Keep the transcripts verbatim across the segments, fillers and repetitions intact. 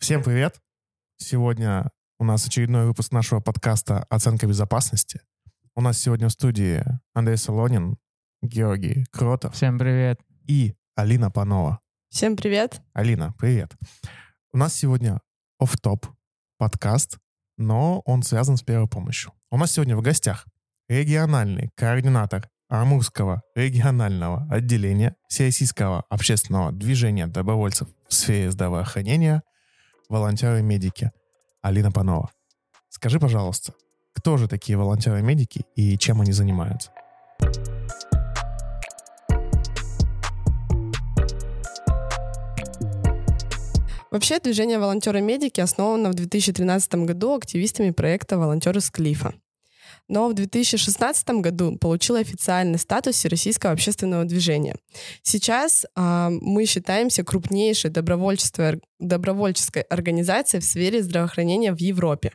Всем привет! Сегодня у нас очередной выпуск нашего подкаста «Оценка безопасности». У нас сегодня в студии Андрей Солонин, Георгий Кротов. Всем привет. И Алина Панова. Всем привет. Алина, привет. У нас сегодня офф-топ подкаст, но он связан с первой помощью. У нас сегодня в гостях региональный координатор Амурского регионального отделения Всероссийского общественного движения добровольцев в сфере здравоохранения, волонтеры-медики Алина Панова. Скажи, пожалуйста, кто же такие волонтеры-медики и чем они занимаются? Вообще, движение «Волонтеры-медики» основано в две тысячи тринадцатом году активистами проекта «Волонтеры с Клифа». Но в две тысячи шестнадцатом году получила официальный статус Всероссийского общественного движения. Сейчас э, мы считаемся крупнейшей добровольческой, добровольческой организацией в сфере здравоохранения в Европе.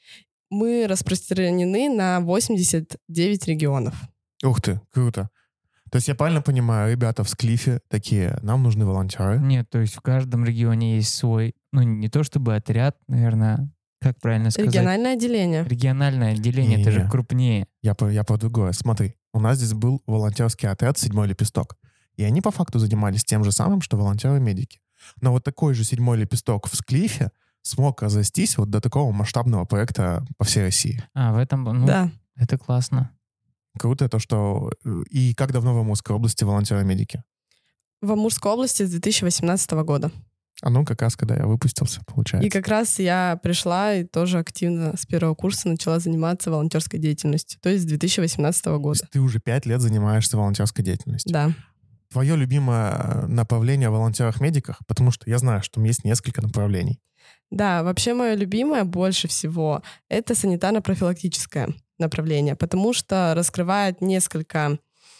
Мы распространены на восемьдесят девять регионов. Ух ты, круто. То есть я правильно понимаю, ребята в Склифе такие, нам нужны волонтеры? Нет, то есть в каждом регионе есть свой, ну не то чтобы отряд, наверное, как правильно сказать? Региональное отделение. Региональное отделение, это же крупнее. Я по, я по другое. Смотри, у нас здесь был волонтерский отряд «Седьмой лепесток». И они по факту занимались тем же самым, что волонтеры-медики. Но вот такой же «Седьмой лепесток» в Склифе смог разрастись вот до такого масштабного проекта по всей России. А, в этом, ну, да. Это классно. Круто то, что... И как давно в Амурской области волонтеры-медики? В Амурской области с две тысячи восемнадцатого года. А ну, как раз, когда я выпустился, получается. И как раз я пришла и тоже активно с первого курса начала заниматься волонтерской деятельностью. То есть с две тысячи восемнадцатого года. То есть ты уже пять лет занимаешься волонтерской деятельностью. Да. Твое любимое направление в волонтерах-медиках? Потому что я знаю, что там есть несколько направлений. Да, вообще мое любимое больше всего — это санитарно-профилактическое направление, потому что раскрывает несколько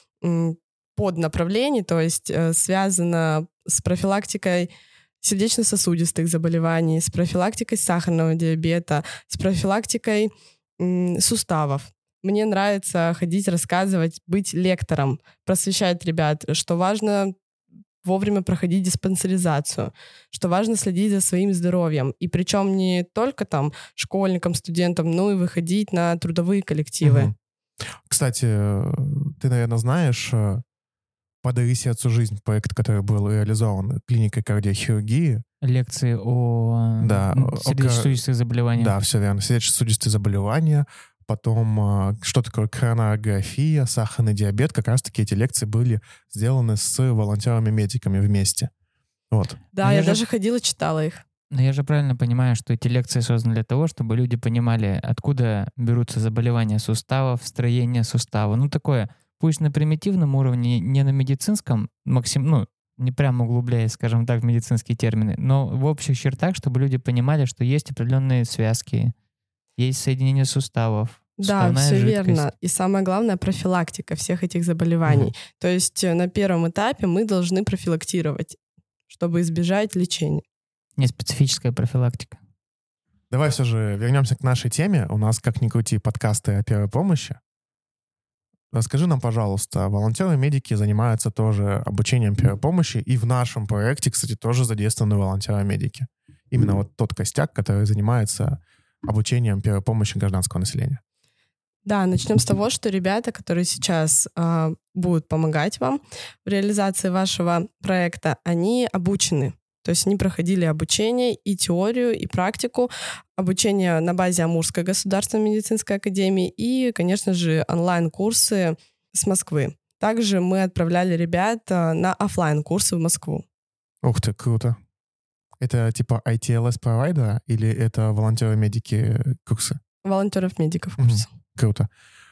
м, поднаправлений, то есть э, связано с профилактикой сердечно-сосудистых заболеваний, с профилактикой сахарного диабета, с профилактикой м, суставов. Мне нравится ходить, рассказывать, быть лектором, просвещать ребят, что важно вовремя проходить диспансеризацию, что важно следить за своим здоровьем. И причем не только там школьникам, студентам, но и выходить на трудовые коллективы. Угу. Кстати, ты, наверное, знаешь «Подари сердцу жизнь», проект, который был реализован клиникой кардиохирургии. Лекции о да, сердечно-сосудистых заболеваниях. Да, все верно. Сердечно-сосудистые заболевания. Потом, что такое коронарография, сахарный диабет. Как раз-таки эти лекции были сделаны с волонтерами-медиками вместе. Вот. Да, Но я, я даже же... ходила, читала их. Но я же правильно понимаю, что эти лекции созданы для того, чтобы люди понимали, откуда берутся заболевания суставов, строение сустава. Ну, такое, пусть на примитивном уровне, не на медицинском, максим, ну, не прямо углубляясь, скажем так, в медицинские термины, но в общих чертах, чтобы люди понимали, что есть определенные связки, есть соединение суставов. Да, все жидкость. верно. И самое главное — профилактика всех этих заболеваний. Mm-hmm. То есть на первом этапе мы должны профилактировать, чтобы избежать лечения. Не специфическая профилактика. Давай все же вернемся к нашей теме. У нас, как ни крути, подкасты о первой помощи. Расскажи нам, пожалуйста, волонтеры-медики занимаются тоже обучением первой помощи, и в нашем проекте, кстати, тоже задействованы волонтеры-медики. Именно вот тот костяк, который занимается обучением первой помощи гражданского населения. Да, начнем с того, что ребята, которые сейчас э, будут помогать вам в реализации вашего проекта, они обучены. То есть они проходили обучение и теорию, и практику, обучение на базе Амурской государственной медицинской академии и, конечно же, онлайн-курсы с Москвы. Также мы отправляли ребят на офлайн-курсы в Москву. Ух ты, круто. Это типа ай ти эл эс-провайдера или это волонтеры-медики курсы? Волонтеров-медиков курсы. Mm-hmm. Круто.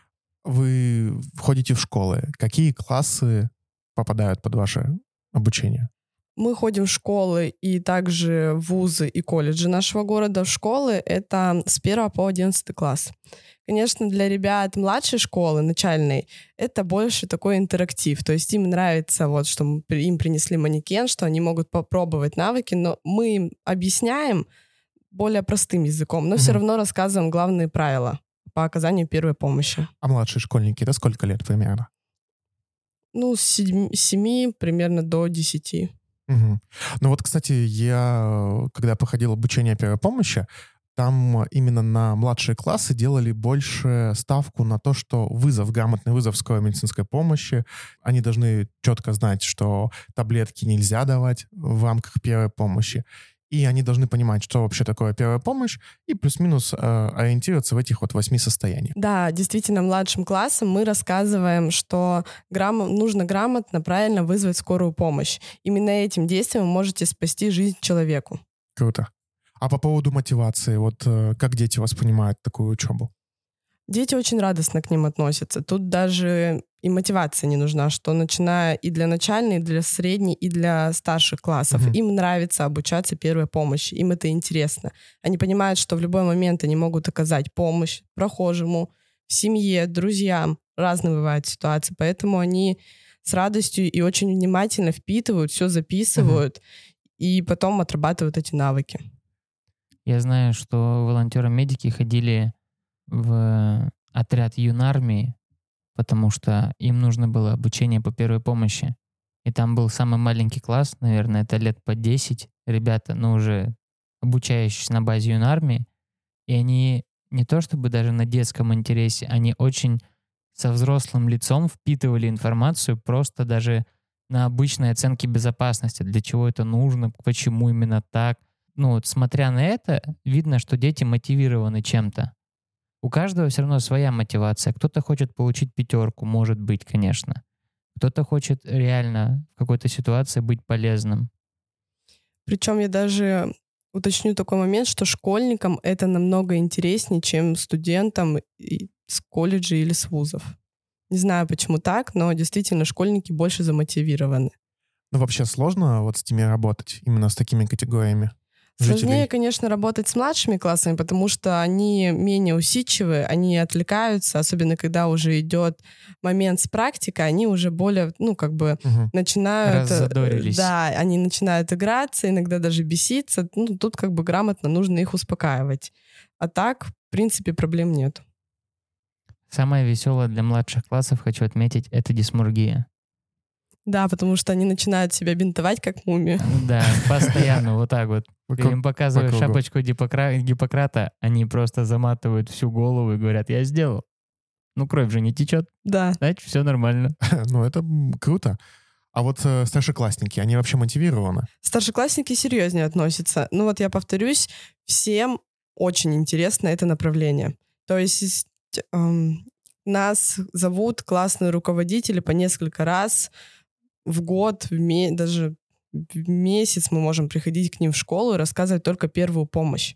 Вы входите в школы. Какие классы попадают под ваше обучение? Мы ходим в школы и также в вузы и колледжи нашего города. В школы это с первого по одиннадцатый класс. Конечно, для ребят младшей школы, начальной, это больше такой интерактив. То есть им нравится, вот, что им принесли манекен, что они могут попробовать навыки, но мы им объясняем более простым языком, но mm-hmm. все равно рассказываем главные правила по оказанию первой помощи. А младшие школьники, это сколько лет примерно? Ну, с семи примерно до десяти. Угу. Ну вот, кстати, я, когда проходил обучение первой помощи, там именно на младшие классы делали больше ставку на то, что вызов, грамотный вызов скорой медицинской помощи, они должны четко знать, что таблетки нельзя давать в рамках первой помощи, и они должны понимать, что вообще такое первая помощь, и плюс-минус э, ориентироваться в этих вот восьми состояниях. Да, действительно, младшим классам мы рассказываем, что грам... нужно грамотно, правильно вызвать скорую помощь. Именно этим действием вы можете спасти жизнь человеку. Круто. А по поводу мотивации, вот э, как дети воспринимают такую учебу? Дети очень радостно к ним относятся. Тут даже и мотивация не нужна, что начиная и для начальной, и для средней, и для старших классов. Мгм. Им нравится обучаться первой помощи, им это интересно. Они понимают, что в любой момент они могут оказать помощь прохожему, в семье, друзьям. Разные бывают ситуации, поэтому они с радостью и очень внимательно впитывают, все записывают и потом отрабатывают эти навыки. Я знаю, что волонтеры-медики ходили в отряд юнармии, потому что им нужно было обучение по первой помощи. И там был самый маленький класс, наверное, это лет по десять ребята, но уже обучающиеся на базе юнармии. И они не то чтобы даже на детском интересе, они очень со взрослым лицом впитывали информацию просто даже на обычной оценке безопасности, для чего это нужно, почему именно так. Ну вот смотря на это, видно, что дети мотивированы чем-то. У каждого все равно своя мотивация. Кто-то хочет получить пятерку, может быть, конечно. Кто-то хочет реально в какой-то ситуации быть полезным. Причем я даже уточню такой момент, что школьникам это намного интереснее, чем студентам и- с колледжей или с вузов. Не знаю, почему так, но действительно школьники больше замотивированы. Ну вообще сложно вот с ними работать, именно с такими категориями Сложнее, жителей? конечно, работать с младшими классами, потому что они менее усидчивы, они отвлекаются, особенно когда уже идет момент с практикой, они уже более, ну, как бы Мгм. начинают... э, Раззадорились. Да, они начинают играться, иногда даже беситься. Ну, тут как бы грамотно нужно их успокаивать. А так, в принципе, проблем нет. Самое веселое для младших классов, хочу отметить, это дисморгия. Да, потому что они начинают себя бинтовать, как мумию. Да, постоянно вот так вот. Ты Как- им показываешь по кругу. шапочку Гиппокра- Гиппократа, они просто заматывают всю голову и говорят, я сделал. Ну, кровь же не течет, Да. значит, все нормально. Ну это м, круто. А вот э, старшеклассники, они вообще мотивированы? Старшеклассники серьезнее относятся. Ну вот я повторюсь, всем очень интересно это направление. То есть эм, нас зовут классные руководители по несколько раз в год, в ме- даже в месяц мы можем приходить к ним в школу и рассказывать только первую помощь.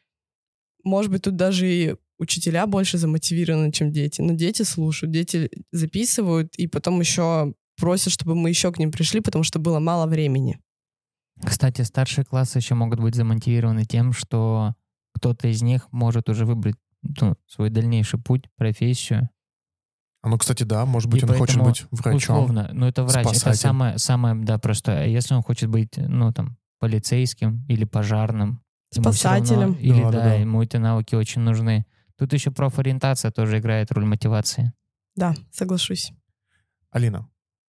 Может быть, тут даже и учителя больше замотивированы, чем дети. Но дети слушают, дети записывают и потом еще просят, чтобы мы еще к ним пришли, потому что было мало времени. Кстати, старшие классы еще могут быть замотивированы тем, что кто-то из них может уже выбрать ну, свой дальнейший путь, профессию. А ну, кстати, да, может быть, И он хочет поэтому быть врачом. Условно, ну это врач, это спасатель. самое, самое, да, простое. А если он хочет быть, ну там, полицейским или пожарным, ему всё равно- Спасателем. или Да, да, да, да. ему эти навыки очень нужны. Тут еще профориентация тоже играет роль мотивации. Да, соглашусь. Алина,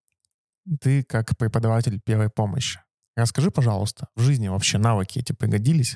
ты как преподаватель первой помощи, расскажи, пожалуйста, в жизни вообще навыки эти пригодились?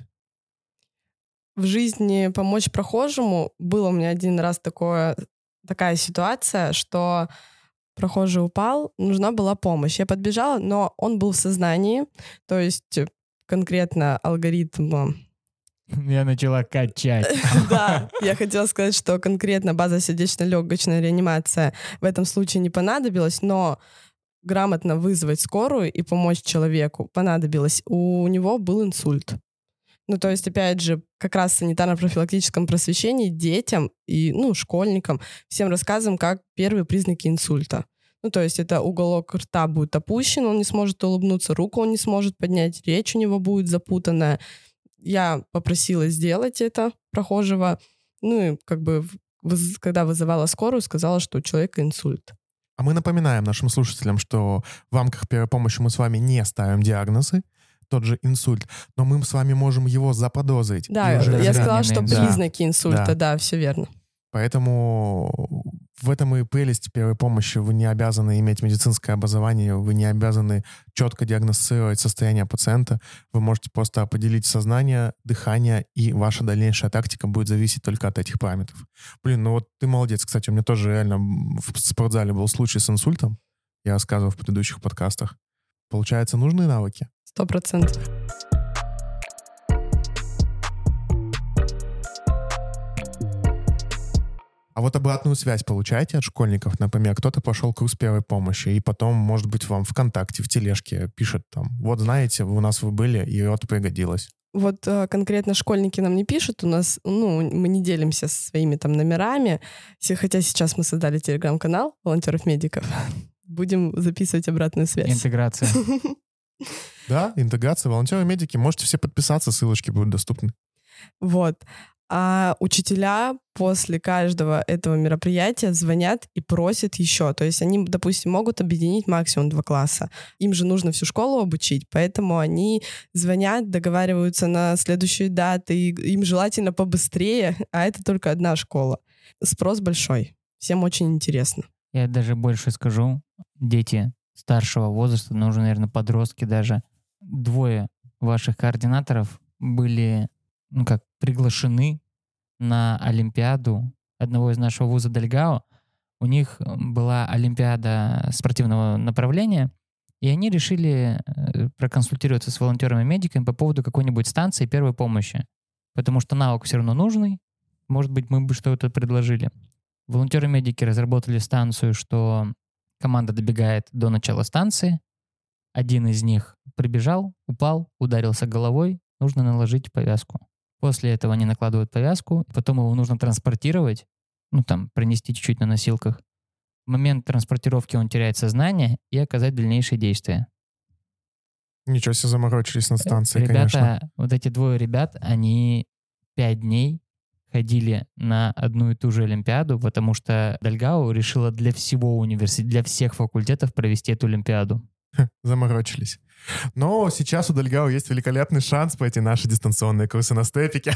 В жизни помочь прохожему было у меня один раз такое, такая ситуация, что прохожий упал, нужна была помощь. Я подбежала, но он был в сознании, то есть э, конкретно алгоритм... э, Я начала качать. Да, я хотела сказать, что конкретно база сердечно-легочная реанимация в этом случае не понадобилась, но грамотно вызвать скорую и помочь человеку понадобилось. У него был инсульт. Ну, то есть, опять же, как раз в санитарно-профилактическом просвещении детям и, ну, школьникам всем рассказываем, как первые признаки инсульта. Ну, то есть это уголок рта будет опущен, он не сможет улыбнуться, руку он не сможет поднять, речь у него будет запутанная. Я попросила сделать это прохожего. Ну, и как бы, выз- когда вызывала скорую, сказала, что у человека инсульт. А мы напоминаем нашим слушателям, что в рамках первой помощи мы с вами не ставим диагнозы, тот же инсульт, но мы с вами можем его заподозрить. Да, И уже я зря сказала, не что наим- да. признаки инсульта, Да. да, все верно. Поэтому в этом и прелесть первой помощи. Вы не обязаны иметь медицинское образование, вы не обязаны четко диагностировать состояние пациента. Вы можете просто определить сознание, дыхание, и ваша дальнейшая тактика будет зависеть только от этих параметров. Блин, ну вот ты молодец. Кстати, у меня тоже реально в спортзале был случай с инсультом. Я рассказывал в предыдущих подкастах. Получается, нужны навыки? Сто процентов. А вот обратную связь получаете от школьников? Например, кто-то пошел курс первой помощи, и потом, может быть, вам ВКонтакте, в тележке пишет там, вот знаете, у нас вы были, и вот пригодилось. Вот э, конкретно школьники нам не пишут, у нас, ну, мы не делимся своими там номерами, Все- хотя сейчас мы создали телеграм-канал волонтеров-медиков, будем записывать обратную связь. Интеграция. Да, интеграция, волонтеры-медики, можете все подписаться, ссылочки будут доступны. Вот. А учителя после каждого этого мероприятия звонят и просят еще. То есть они, допустим, могут объединить максимум два класса. Им же нужно всю школу обучить, поэтому они звонят, договариваются на следующие даты, и им желательно побыстрее, а это только одна школа. Спрос большой. Всем очень интересно. Я даже больше скажу. Дети старшего возраста, ну уже, наверное, подростки даже. Двое ваших координаторов были, ну как, приглашены на Олимпиаду одного из нашего вуза Дальгао. У них была Олимпиада спортивного направления, и они решили э, проконсультироваться с волонтерами-медиками по поводу какой-нибудь станции первой помощи. Потому что навык все равно нужный. Может быть, мы бы что-то предложили. Волонтеры-медики разработали станцию, что команда добегает до начала станции. Один из них прибежал, упал, ударился головой. Нужно наложить повязку. После этого они накладывают повязку, потом его нужно транспортировать, ну там, пронести чуть-чуть на носилках. В момент транспортировки он теряет сознание и оказать дальнейшие действия. Ничего себе, заморочились над станцией, Ребята, конечно. вот эти двое ребят, они пять дней ходили на одну и ту же Олимпиаду, потому что Дальгао решила для всего университета, для всех факультетов провести эту Олимпиаду. Заморочились. Но сейчас у Дальгао есть великолепный шанс пройти наши дистанционные курсы на степике.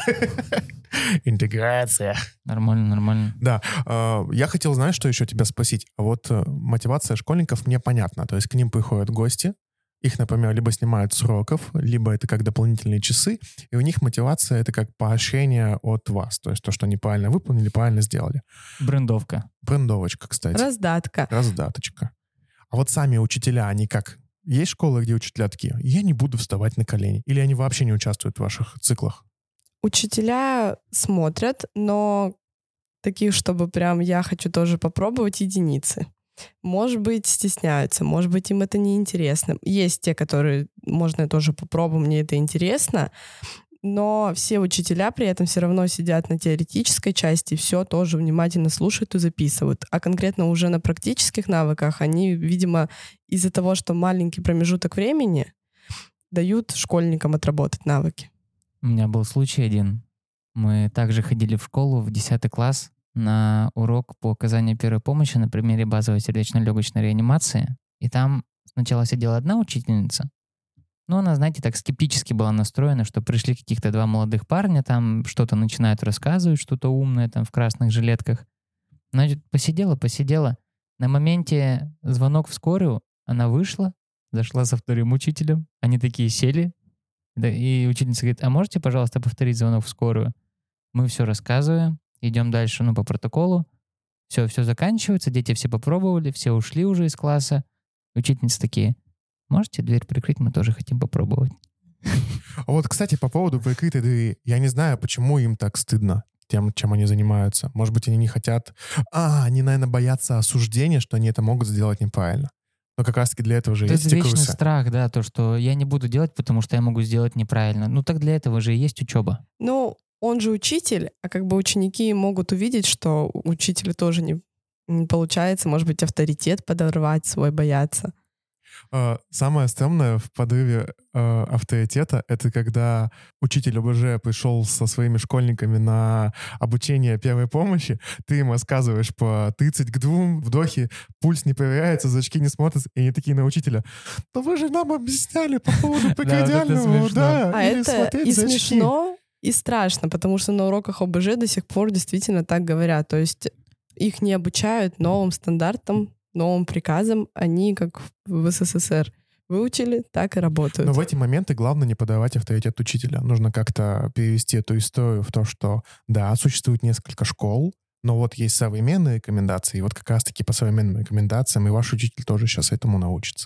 Интеграция. Нормально, нормально. Да. э, Я хотел, знаешь, что еще тебя спросить? А вот э, мотивация школьников мне понятна. То есть к ним приходят гости, их, например, либо снимают с уроков, либо это как дополнительные часы, и у них мотивация — это как поощрение от вас. То есть то, что они правильно выполнили, правильно сделали. Брендовка. Брендовочка, кстати. Раздатка. Раздаточка. А вот сами учителя, они как? Есть школы, где учителя такие: я не буду вставать на колени? Или они вообще не участвуют в ваших циклах? Учителя смотрят, но таких, чтобы прям я хочу тоже попробовать, единицы. Может быть, стесняются, может быть, им это неинтересно. Есть те, которые, можно я тоже попробую, мне это интересно, но все учителя при этом все равно сидят на теоретической части, все тоже внимательно слушают и записывают. А конкретно уже на практических навыках они, видимо, из-за того, что маленький промежуток времени, дают школьникам отработать навыки. У меня был случай один. Мы также ходили в школу в десятый класс на урок по оказанию первой помощи на примере базовой сердечно-легочной реанимации. И там сначала сидела одна учительница, но она, знаете, так скептически была настроена, что пришли каких-то два молодых парня, там что-то начинают рассказывать, что-то умное там в красных жилетках. Значит, посидела, посидела. На моменте звонок в скорую, она вышла, зашла со вторым учителем. Они такие сели. Да, и учительница говорит: а можете, пожалуйста, повторить звонок в скорую? Мы все рассказываем, идем дальше, ну, по протоколу. Все, все заканчивается, дети все попробовали, все ушли уже из класса. Учительницы такие: можете дверь прикрыть, мы тоже хотим попробовать. А вот, кстати, по поводу прикрытой двери. Я не знаю, почему им так стыдно тем, чем они занимаются. Может быть, они не хотят... А, они, наверное, боятся осуждения, что они это могут сделать неправильно. Но как раз-таки для этого же Это есть эти вечный курсы. страх, да, то, что я не буду делать, потому что я могу сделать неправильно. Ну так для этого же и есть учеба. Ну, он же учитель, а как бы ученики могут увидеть, что учителю тоже не, не получается, может быть, авторитет подорвать свой, бояться. А, Самое странное в подрыве э, авторитета — это когда учитель ОБЖ пришел со своими школьниками на обучение первой помощи, ты им рассказываешь по тридцать к двум, вдохи, пульс не проверяется, зрачки не смотрятся, и они такие на учителя: да вы же нам объясняли по поводу прикардиального, да, А или это смотреть и зрачки. смешно, и страшно, потому что на уроках ОБЖ до сих пор действительно так говорят. То есть их не обучают новым стандартам, новым приказам. Они, как в СССР, выучили, так и работают. Но в эти моменты главное не подавать авторитет учителя. Нужно как-то перевести эту историю в то, что да, существует несколько школ, но вот есть современные рекомендации, и вот как раз-таки по современным рекомендациям и ваш учитель тоже сейчас этому научится.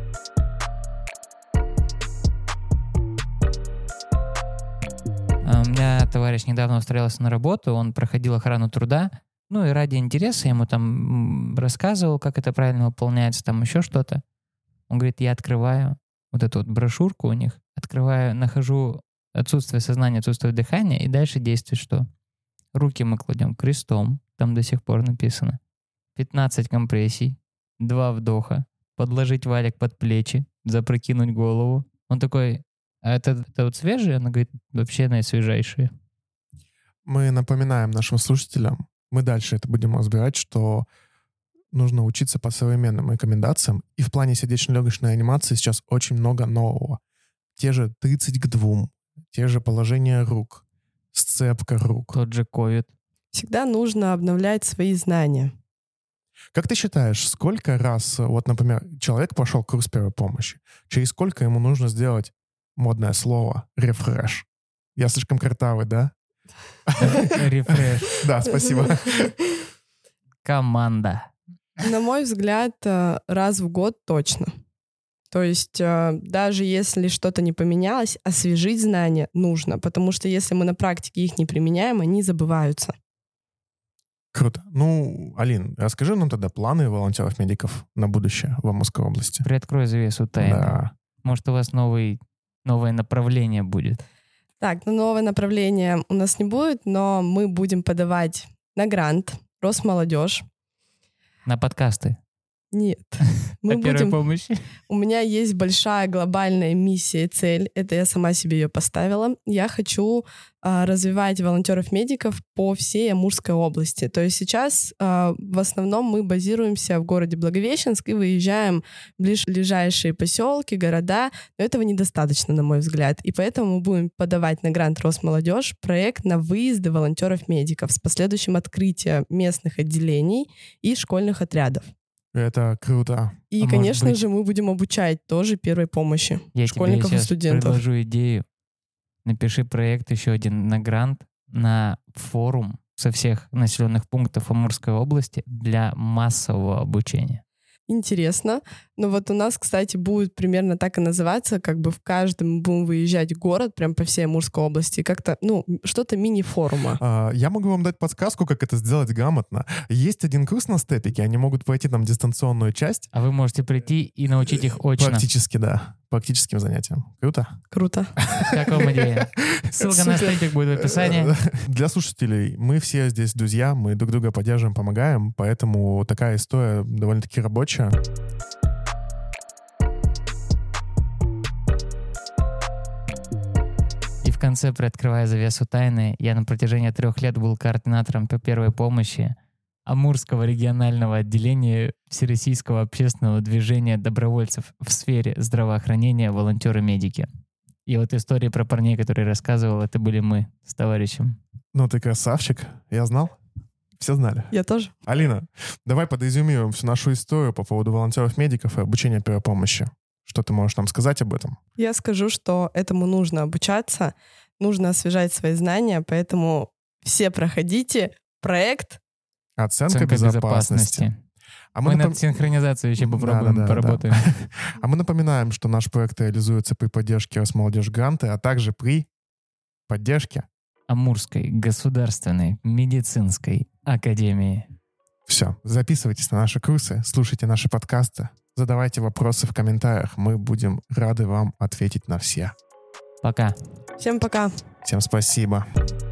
У меня товарищ недавно устроился на работу, он проходил охрану труда, ну и ради интереса я ему там рассказывал, как это правильно выполняется, там еще что-то. Он говорит, я открываю вот эту вот брошюрку у них, открываю, нахожу отсутствие сознания, отсутствие дыхания, и дальше действует что? Руки мы кладем крестом, там до сих пор написано. пятнадцать компрессий, два вдоха, подложить валик под плечи, запрокинуть голову. Он такой, а это, это вот свежие? Она говорит, вообще наисвежайшие. Мы напоминаем нашим слушателям, мы дальше это будем разбирать, что нужно учиться по современным рекомендациям. И в плане сердечно-легочной анимации сейчас очень много нового. Те же тридцать к двум, те же положения рук, сцепка рук. Тот же ковид. Всегда нужно обновлять свои знания. Как ты считаешь, сколько раз, вот, например, человек прошел курс первой помощи, через сколько ему нужно сделать модное слово «рефреш»? Я слишком картавый, да? Рефреш. Да, спасибо. Команда. На мой взгляд, раз в год точно. То есть даже если что-то не поменялось, освежить знания нужно, потому что если мы на практике их не применяем, они забываются. Круто. Ну, Алин, расскажи нам тогда планы волонтеров-медиков на будущее в Амурской области. Приоткрой завесу тайны. Да. Может, у вас новый, новое направление будет? Так, ну новое направление у нас не будет, но мы будем подавать на грант Росмолодежь. На подкасты? Нет. Мы По первой будем... помощи? У меня есть большая глобальная миссия и цель. Это я сама себе ее поставила. Я хочу а, развивать волонтеров-медиков по всей Амурской области. То есть сейчас а, в основном мы базируемся в городе Благовещенск и выезжаем в ближайшие поселки, города. Но этого недостаточно, на мой взгляд. И поэтому мы будем подавать на грант Росмолодежь проект на выезды волонтеров-медиков с последующим открытием местных отделений и школьных отрядов. Это круто. И, А конечно быть, же, мы будем обучать тоже первой помощи я школьников тебе и сейчас студентов. предложу идею. Напиши проект еще один на грант на форум со всех населенных пунктов Амурской области для массового обучения. Интересно. Но вот у нас, кстати, будет примерно так и называться, как бы в каждом мы будем выезжать в город, прям по всей Амурской области. Как-то, ну, что-то мини-форума. А, я могу вам дать подсказку, как это сделать грамотно. Есть один курс на степике, они могут пройти там дистанционную часть. А вы можете прийти и научить их очно. Практически, да. Практическим занятиям. Круто? Круто. Как вам идея? Ссылка на степик будет в описании. Для слушателей, мы все здесь друзья, мы друг друга поддерживаем, помогаем, поэтому такая история довольно-таки рабочая. И в конце, приоткрывая завесу тайны, я на протяжении трех лет был координатором по первой помощи Амурского регионального отделения Всероссийского общественного движения добровольцев в сфере здравоохранения «Волонтеры-медики». И вот истории про парней, которые рассказывал, это были мы с товарищем. Ну ты красавчик, я знал. Все знали. Я тоже. Алина, давай подрезюмируем всю нашу историю по поводу волонтеров-медиков и обучения первой помощи. Что ты можешь нам сказать об этом? Я скажу, что этому нужно обучаться, нужно освежать свои знания, поэтому все проходите проект Оценка, Оценка безопасности. безопасности. А Мы напом- над синхронизацией еще попробуем, Да-да-да-да. поработаем. А мы напоминаем, что наш проект реализуется при поддержке Росмолодежь гранта, а также при поддержке. Амурской государственной медицинской академии. Все, записывайтесь на наши курсы, слушайте наши подкасты, задавайте вопросы в комментариях. Мы будем рады вам ответить на все. Пока. Всем пока. Всем спасибо.